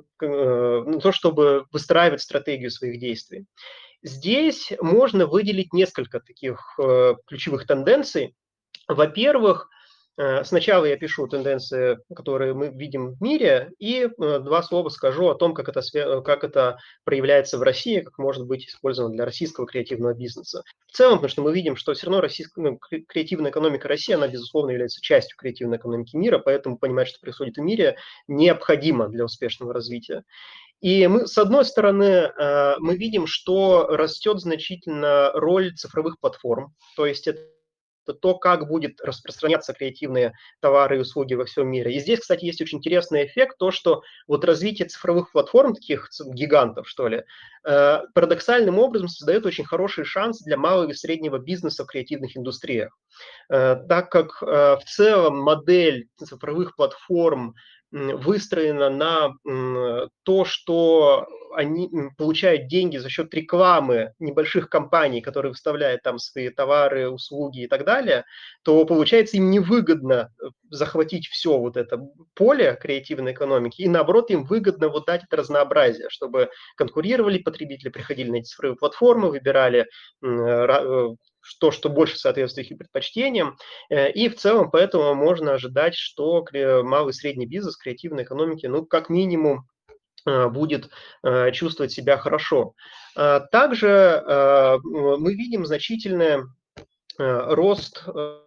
на то, чтобы выстраивать стратегию своих действий. Здесь можно выделить несколько таких э, ключевых тенденций. Во-первых, э, сначала я пишу тенденции, которые мы видим в мире, и э, два слова скажу о том, как это, как это проявляется в России, как может быть использовано для российского креативного бизнеса. В целом, потому что мы видим, что все равно российская, ну, креативная экономика России, она, безусловно, является частью креативной экономики мира, поэтому понимать, что происходит в мире, необходимо для успешного развития. И мы, с одной стороны, мы видим, что растет значительно роль цифровых платформ, то есть это то, как будет распространяться креативные товары и услуги во всем мире. И здесь, кстати, есть очень интересный эффект, то, что вот развитие цифровых платформ, таких гигантов, что ли, парадоксальным образом создает очень хороший шанс для малого и среднего бизнеса в креативных индустриях. Так как в целом модель цифровых платформ выстроена на то, что они получают деньги за счет рекламы небольших компаний, которые выставляют там свои товары, услуги и так далее, то получается им невыгодно захватить все вот это поле креативной экономики, и наоборот им выгодно вот дать это разнообразие, чтобы конкурировали потребители, приходили на эти цифровые платформы, выбирали то, что больше соответствует их предпочтениям. И в целом поэтому можно ожидать, что малый и средний бизнес креативной экономики, ну, как минимум, будет чувствовать себя хорошо. Также мы видим значительный рост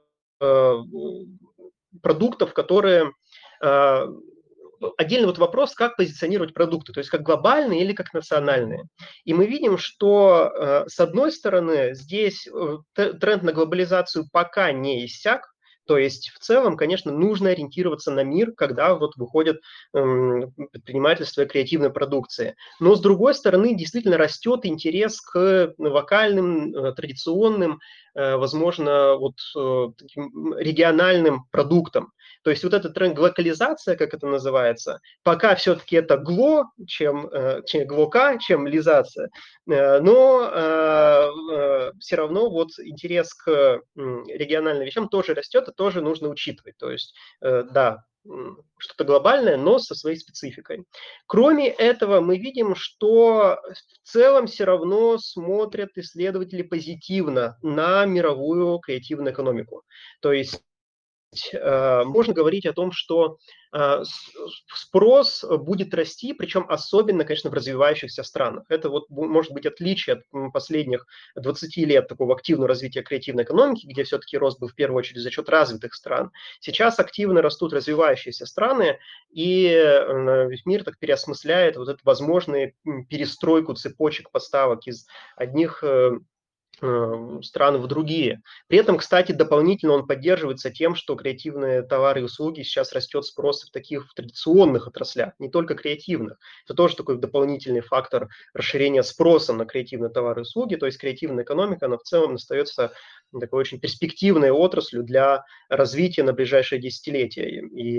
продуктов, которые... Отдельный вот вопрос, как позиционировать продукты, то есть как глобальные или как национальные. И мы видим, что с одной стороны здесь тренд на глобализацию пока не иссяк, то есть в целом, конечно, нужно ориентироваться на мир, когда вот выходят эм, предпринимательство и креативной продукции. Но с другой стороны, действительно растет интерес к локальным, э, традиционным, э, возможно, вот э, таким региональным продуктам. То есть вот этот тренд глокализация, как это называется, пока все-таки это гло, чем, чем глока, чем лизация, но э, все равно вот интерес к региональным вещам тоже растет, и тоже нужно учитывать. То есть, э, да, что-то глобальное, но со своей спецификой. Кроме этого, мы видим, что в целом все равно смотрят исследователи позитивно на мировую креативную экономику. То есть можно говорить о том, что спрос будет расти, причем особенно, конечно, в развивающихся странах. Это вот может быть отличие от последних двадцати лет такого активного развития креативной экономики, где все-таки рост был в первую очередь за счет развитых стран. Сейчас активно растут развивающиеся страны, и весь мир так переосмысляет вот эту возможную перестройку цепочек поставок из одних стран в другие. При этом, кстати, дополнительно он поддерживается тем, что креативные товары и услуги сейчас растет спрос в таких в традиционных отраслях, не только креативных. Это тоже такой дополнительный фактор расширения спроса на креативные товары и услуги. То есть креативная экономика, она в целом остается такой очень перспективной отраслью для развития на ближайшие десятилетия. И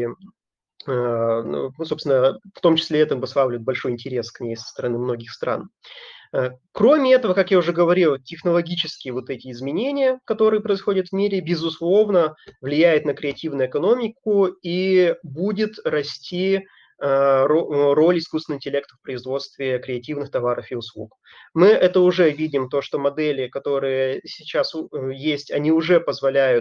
ну, собственно, в том числе это обуславливает большой интерес к ней со стороны многих стран. Кроме этого, как я уже говорил, технологические вот эти изменения, которые происходят в мире, безусловно, влияют на креативную экономику и будет расти роль искусственного интеллекта в производстве креативных товаров и услуг. Мы это уже видим, то, что модели, которые сейчас есть, они уже позволяют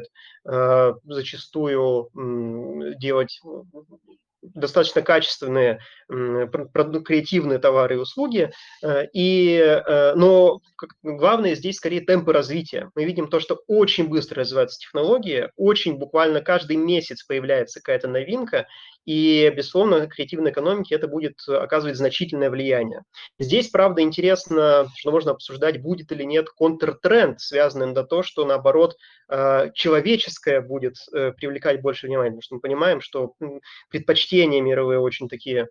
зачастую делать достаточно качественные креативные товары и услуги, и, но главное здесь скорее темпы развития. Мы видим то, что очень быстро развиваются технологии, очень буквально каждый месяц появляется какая-то новинка, и, безусловно, на креативной экономике это будет оказывать значительное влияние. Здесь, правда, интересно, что можно обсуждать, будет или нет контртренд, связанный на то, что, наоборот, человеческое будет привлекать больше внимания, потому что мы понимаем, что предпочтения мировые очень такие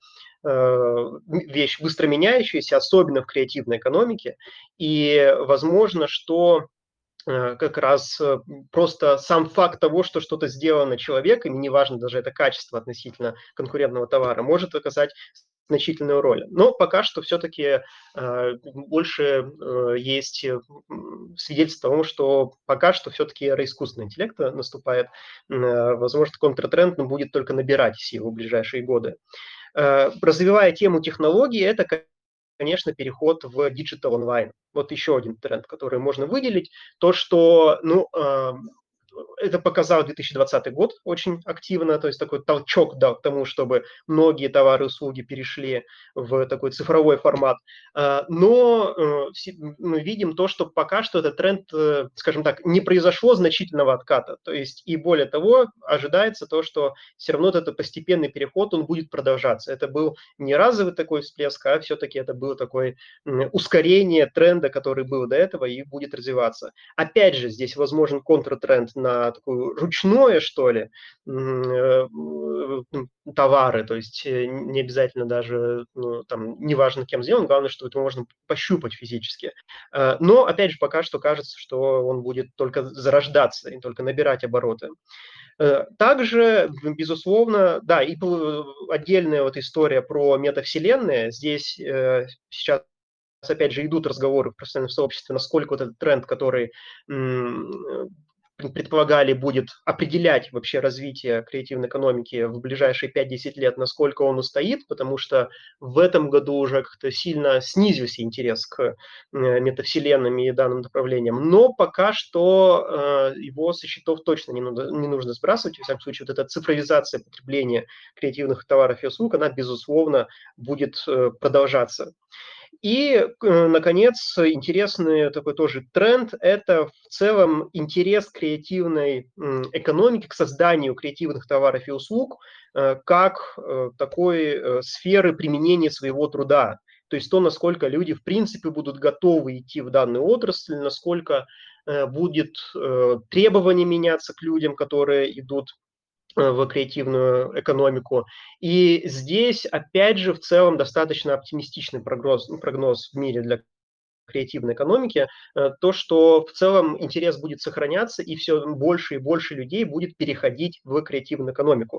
вещь быстро меняющаяся, особенно в креативной экономике, и возможно, что как раз просто сам факт того, что что-то сделано человеком, и неважно даже это качество относительно конкурентного товара, может оказать значительную роль. Но пока что все-таки э, больше э, есть свидетельство того, что пока что все-таки эра искусственного интеллекта наступает. Э, возможно, контртренд будет только набирать силу в ближайшие годы. Э, развивая тему технологий, это, конечно, переход в digital онлайн. Вот еще один тренд, который можно выделить. То, что, ну, э, это показал две тысячи двадцатый год очень активно, то есть такой толчок дал к тому, чтобы многие товары и услуги перешли в такой цифровой формат. Но мы видим то, что пока что этот тренд, скажем так, не произошло значительного отката. То есть и более того, ожидается то, что все равно этот постепенный переход, он будет продолжаться. Это был не разовый такой всплеск, а все-таки это было такое ускорение тренда, который был до этого и будет развиваться. Опять же, здесь возможен контртренд на такое ручное, что ли, товары, то есть не обязательно даже, ну, там, неважно кем сделан, главное, что это можно пощупать физически. Но, опять же, пока что кажется, что он будет только зарождаться и только набирать обороты. Также, безусловно, да, и отдельная вот история про метавселенные. Здесь сейчас опять же идут разговоры в профессиональном сообществе, насколько вот этот тренд, который предполагали, будет определять вообще развитие креативной экономики в ближайшие пять-десять лет, насколько он устоит, потому что в этом году уже как-то сильно снизился интерес к метавселенным и данным направлениям. Но пока что э, его со счетов точно не, надо, не нужно сбрасывать. Во всяком случае, вот эта цифровизация потребления креативных товаров и услуг, она, безусловно, будет э, продолжаться. И, наконец, интересный такой тоже тренд – это в целом интерес к креативной экономике, к созданию креативных товаров и услуг как такой сферы применения своего труда. То есть то, насколько люди, в принципе, будут готовы идти в данную отрасль, насколько будет требования меняться к людям, которые идут в креативную экономику. И здесь, опять же, в целом достаточно оптимистичный прогноз, прогноз в мире для креативной экономики, то, что в целом интерес будет сохраняться, и все больше и больше людей будет переходить в креативную экономику.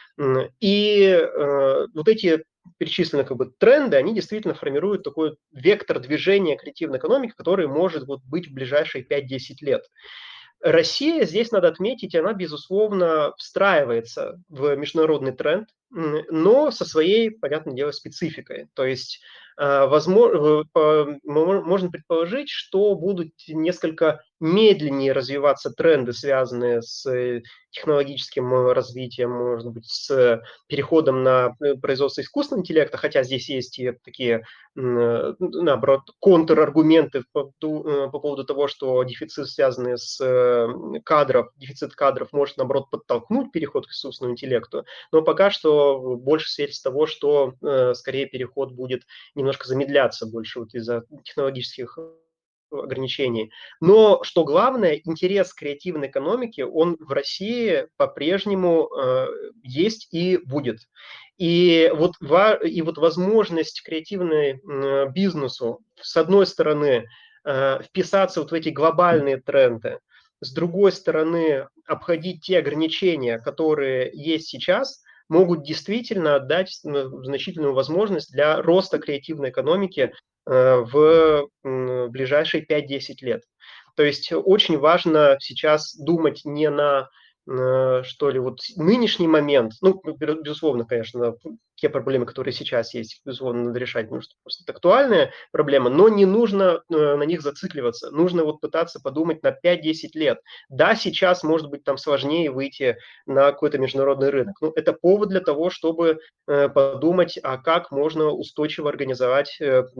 И э, вот эти перечисленные как бы тренды, они действительно формируют такой вектор движения креативной экономики, который может вот быть в ближайшие пять-десять лет. Россия, здесь надо отметить, она, безусловно, встраивается в международный тренд, но со своей, понятное дело, спецификой. То есть возможно, можно предположить, что будут несколько медленнее развиваться тренды, связанные с технологическим развитием, может быть, с переходом на производство искусственного интеллекта, хотя здесь есть и такие, наоборот, контраргументы по, по поводу того, что дефицит, связанный с кадров, дефицит кадров может, наоборот, подтолкнуть переход к искусственному интеллекту, но пока что больше свидетельств того, что, скорее, переход будет немножко замедляться больше вот из-за технологических ограничений. Но, что главное, интерес к креативной экономике, он в России по-прежнему э, есть и будет. И вот, и вот возможность креативной э, бизнесу, с одной стороны, э, вписаться вот в эти глобальные тренды, с другой стороны, обходить те ограничения, которые есть сейчас, могут действительно дать значительную возможность для роста креативной экономики в ближайшие пять-десять лет. То есть очень важно сейчас думать не на, что ли, вот нынешний момент, ну, безусловно, конечно, те проблемы, которые сейчас есть, безусловно, надо решать, потому что просто это актуальная проблема, но не нужно на них зацикливаться. Нужно вот пытаться подумать на пять-десять лет. Да, сейчас, может быть, там сложнее выйти на какой-то международный рынок. Но это повод для того, чтобы подумать, а как можно устойчиво организовать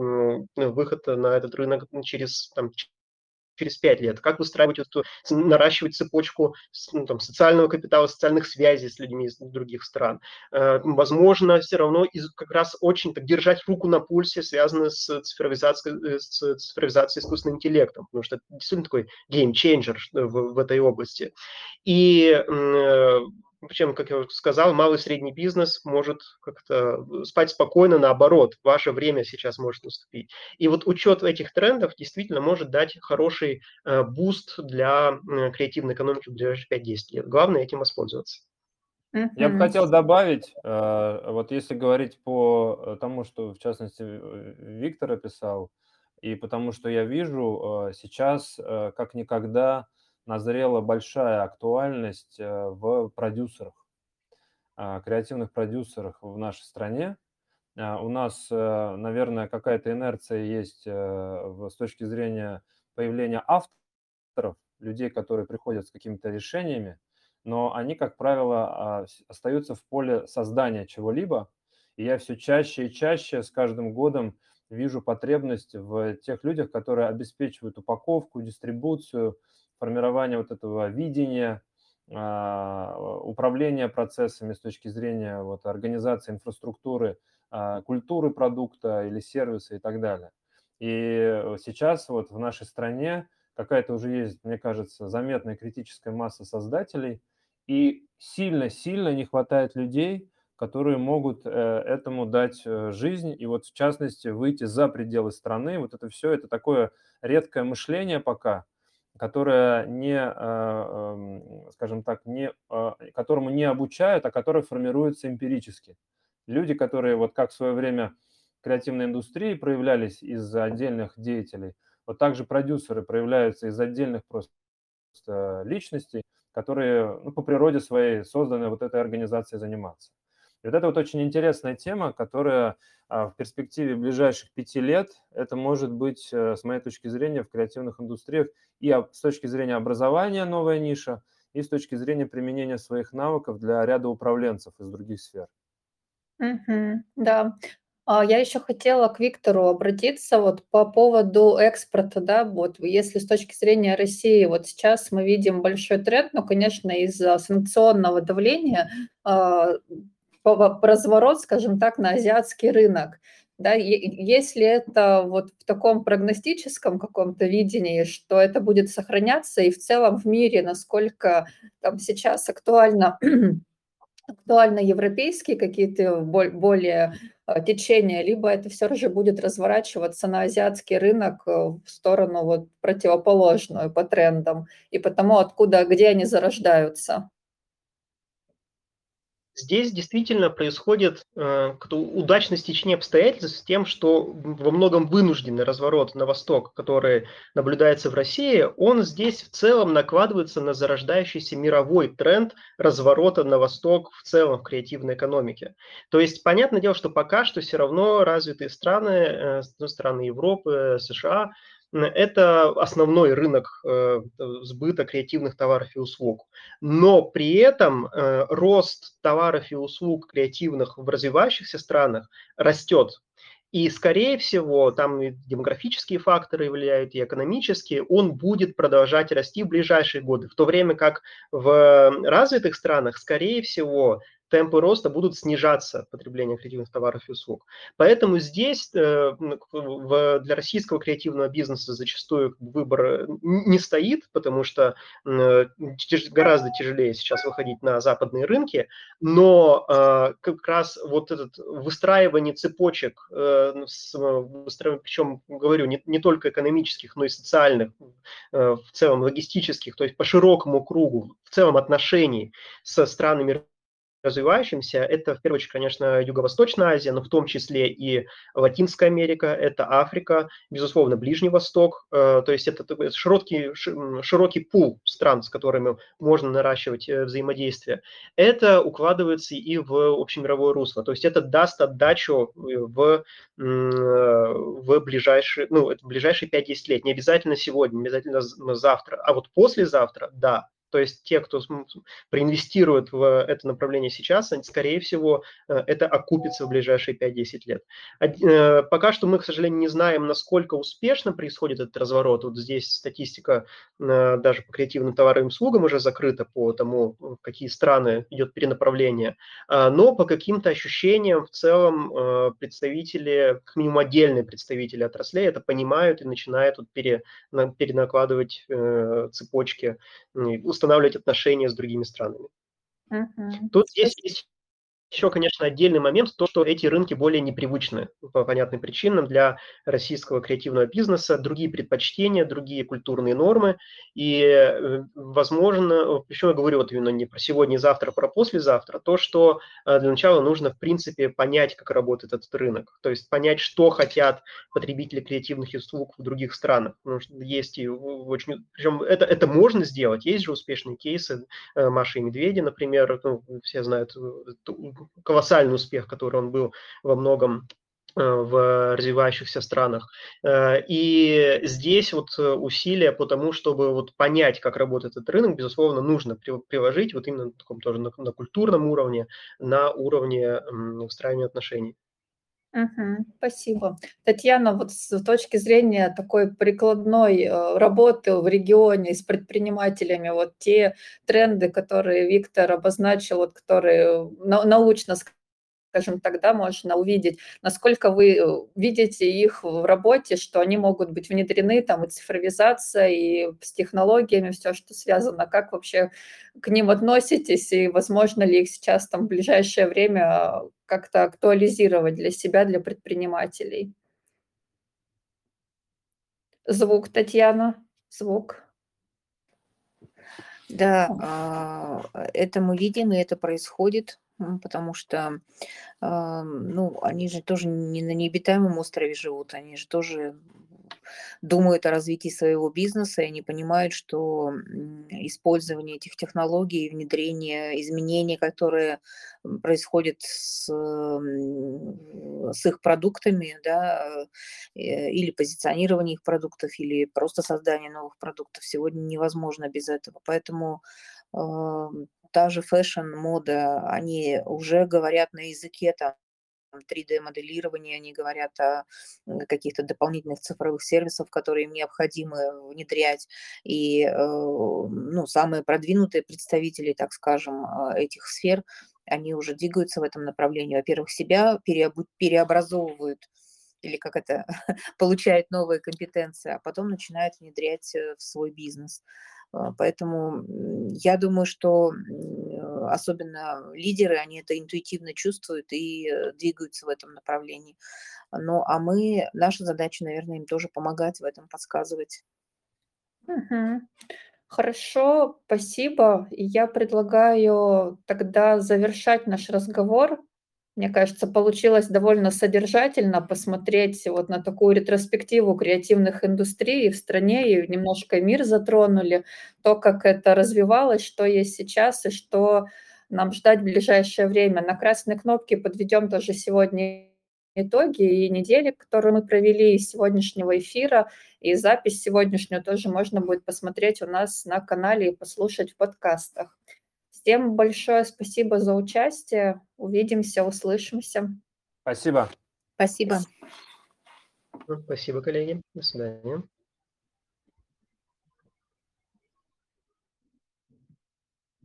выход на этот рынок через, там, через пять лет, как выстраивать эту, наращивать цепочку ну, там, социального капитала, социальных связей с людьми из других стран. Возможно, все равно из, как раз очень так, держать руку на пульсе, связанное с цифровизацией, с цифровизацией искусственным интеллектом, потому что это действительно такой гейм-ченджер в, в этой области. И причем, как я уже сказал, малый и средний бизнес может как-то спать спокойно, наоборот, ваше время сейчас может наступить. И вот учет этих трендов действительно может дать хороший э, буст для э, креативной экономики в ближайшие пять-десять лет. Главное этим воспользоваться. Я бы хотел добавить, э, вот если говорить по тому, что, в частности, Виктор описал, и потому что я вижу, э, сейчас э, как никогда назрела большая актуальность э, в продюсерах, э, креативных продюсерах в нашей стране. Э, у нас, э, наверное, какая-то инерция есть э, в, с точки зрения появления авторов, людей, которые приходят с какими-то решениями, но они, как правило, а, с- остаются в поле создания чего-либо. И я все чаще и чаще с каждым годом вижу потребность в тех людях, которые обеспечивают упаковку, дистрибуцию, формирование вот этого видения, а, управления процессами с точки зрения вот, организации инфраструктуры, а, культуры продукта или сервиса и так далее. И сейчас вот в нашей стране какая-то уже есть, мне кажется, заметная критическая масса создателей, и сильно-сильно не хватает людей, которые могут э, этому дать э, жизнь, и вот в частности выйти за пределы страны. Вот это все, это такое редкое мышление пока, которое не, э, эм, скажем так, не, э, которому не обучают, а которое формируется эмпирически. Люди, которые вот как в свое время креативной индустрии проявлялись из отдельных деятелей, вот также продюсеры проявляются из отдельных просто личностей, которые ну, по природе своей созданы вот этой организацией заниматься. И вот это вот очень интересная тема, которая а, в перспективе ближайших пяти лет, это может быть, э, с моей точки зрения, в креативных индустриях и об- с точки зрения образования новая ниша, и с точки зрения применения своих навыков для ряда управленцев из других сфер. Мгм. Да. А, я еще хотела к Виктору обратиться вот по поводу экспорта, да. Вот если с точки зрения России, вот сейчас мы видим большой тренд, но, конечно, из-за санкционного давления, а, по разворот, скажем так, на азиатский рынок. Да, е если это вот в таком прогностическом каком-то видении, что это будет сохраняться, и в целом в мире, насколько там сейчас актуально актуально европейские какие-то боль более, а, течения, либо это все же будет разворачиваться на азиатский рынок, э, в сторону вот противоположную по трендам и потому, откуда где они зарождаются. Здесь действительно происходит э, как-то удачное стечение обстоятельств с тем, что во многом вынужденный разворот на восток, который наблюдается в России, он здесь в целом накладывается на зарождающийся мировой тренд разворота на восток в целом в креативной экономике. То есть, понятное дело, что пока что все равно развитые страны, э, ну, страны Европы, США, это основной рынок э, сбыта креативных товаров и услуг. Но при этом э, рост товаров и услуг креативных в развивающихся странах растет. И, скорее всего, там и демографические факторы влияют, и экономические, он будет продолжать расти в ближайшие годы. В то время как в развитых странах, скорее всего, темпы роста будут снижаться потребление креативных товаров и услуг. Поэтому здесь э, в, для российского креативного бизнеса зачастую выбор не стоит, потому что э, тяж, гораздо тяжелее сейчас выходить на западные рынки, но э, как раз вот этот выстраивание цепочек, э, с, выстраивание, причем, говорю, не, не только экономических, но и социальных, э, в целом логистических, то есть по широкому кругу, в целом отношений со странами развивающимся, это в первую очередь, конечно, Юго-Восточная Азия, но в том числе и Латинская Америка, это Африка, безусловно, Ближний Восток. То есть это такой широкий, широкий пул стран, с которыми можно наращивать взаимодействие. Это укладывается и в общемировое русло. То есть это даст отдачу в, в ближайшие, ну, в ближайшие пять-десять лет. Не обязательно сегодня, не обязательно завтра, а вот послезавтра, да. То есть те, кто проинвестирует в это направление сейчас, скорее всего, это окупится в ближайшие пять-десять лет. Пока что мы, к сожалению, не знаем, насколько успешно происходит этот разворот. Вот здесь статистика даже по креативным товарам и услугам уже закрыта по тому, в какие страны идет перенаправление. Но по каким-то ощущениям в целом представители, как минимум отдельные представители отраслей это понимают и начинают вот пере, перенакладывать цепочки, устанавливать отношения с другими странами. Мгм. Тут здесь Спасибо. есть еще, конечно, отдельный момент, то, что эти рынки более непривычны по понятным причинам для российского креативного бизнеса, другие предпочтения, другие культурные нормы, и, возможно, причем я говорю вот именно не про сегодня, завтра, а про послезавтра, то, что для начала нужно, в принципе, понять, как работает этот рынок, то есть понять, что хотят потребители креативных услуг в других странах, потому что есть и очень, причем это, это можно сделать, есть же успешные кейсы, Маши и Медведи, например, ну, все знают колоссальный успех, который он был во многом в развивающихся странах. И здесь вот усилия по тому, чтобы вот понять, как работает этот рынок, безусловно, нужно приложить вот именно на таком тоже на, на культурном уровне, на уровне выстраивания отношений. Мгм. Спасибо. Татьяна, вот с точки зрения такой прикладной э, работы в регионе с предпринимателями, вот те тренды, которые Виктор обозначил, вот, которые на- научно, скажем так, да, можно увидеть, насколько вы э, видите их в работе, что они могут быть внедрены, там и цифровизация, и с технологиями, все, что связано, как вообще к ним относитесь, и возможно ли их сейчас там в ближайшее время как-то актуализировать для себя, для предпринимателей? Звук, Татьяна, звук. Да, О. а, это мы видим, и это происходит, м, потому что, а, ну, они же тоже не на необитаемом острове живут, они же тоже думают о развитии своего бизнеса, и они понимают, что м, использование этих технологий, внедрение изменений, которые м, происходят с, м, с их продуктами, да, э, или позиционирование их продуктов, или просто создание новых продуктов сегодня невозможно без этого. Поэтому а, та же фэшн, мода, они уже говорят на языке там три дэ-моделирования, они говорят о м, каких-то дополнительных цифровых сервисах, которые им необходимо внедрять. И э, ну, самые продвинутые представители, так скажем, а, этих сфер, они уже двигаются в этом направлении. Во-первых, себя переобу- переобразовывают или как это, получают новые компетенции, а потом начинают внедрять э, в свой бизнес. А, Поэтому м, я думаю, что м, особенно лидеры, они это интуитивно чувствуют и э, двигаются в этом направлении. Ну, а мы, наша задача, наверное, им тоже помогать в этом, подсказывать. Мгм. Хорошо, спасибо. И я предлагаю тогда завершать наш разговор. Мне кажется, получилось довольно содержательно посмотреть вот на такую ретроспективу креативных индустрий в стране, и немножко мир затронули, то, как это развивалось, что есть сейчас и что нам ждать в ближайшее время. На красной кнопке подведем тоже сегодня итоги и недели, которую мы провели, и сегодняшнего эфира, и запись сегодняшнюю тоже можно будет посмотреть у нас на канале и послушать в подкастах. Всем большое спасибо за участие. Увидимся, услышимся. Спасибо. Спасибо. Спасибо, коллеги. До свидания.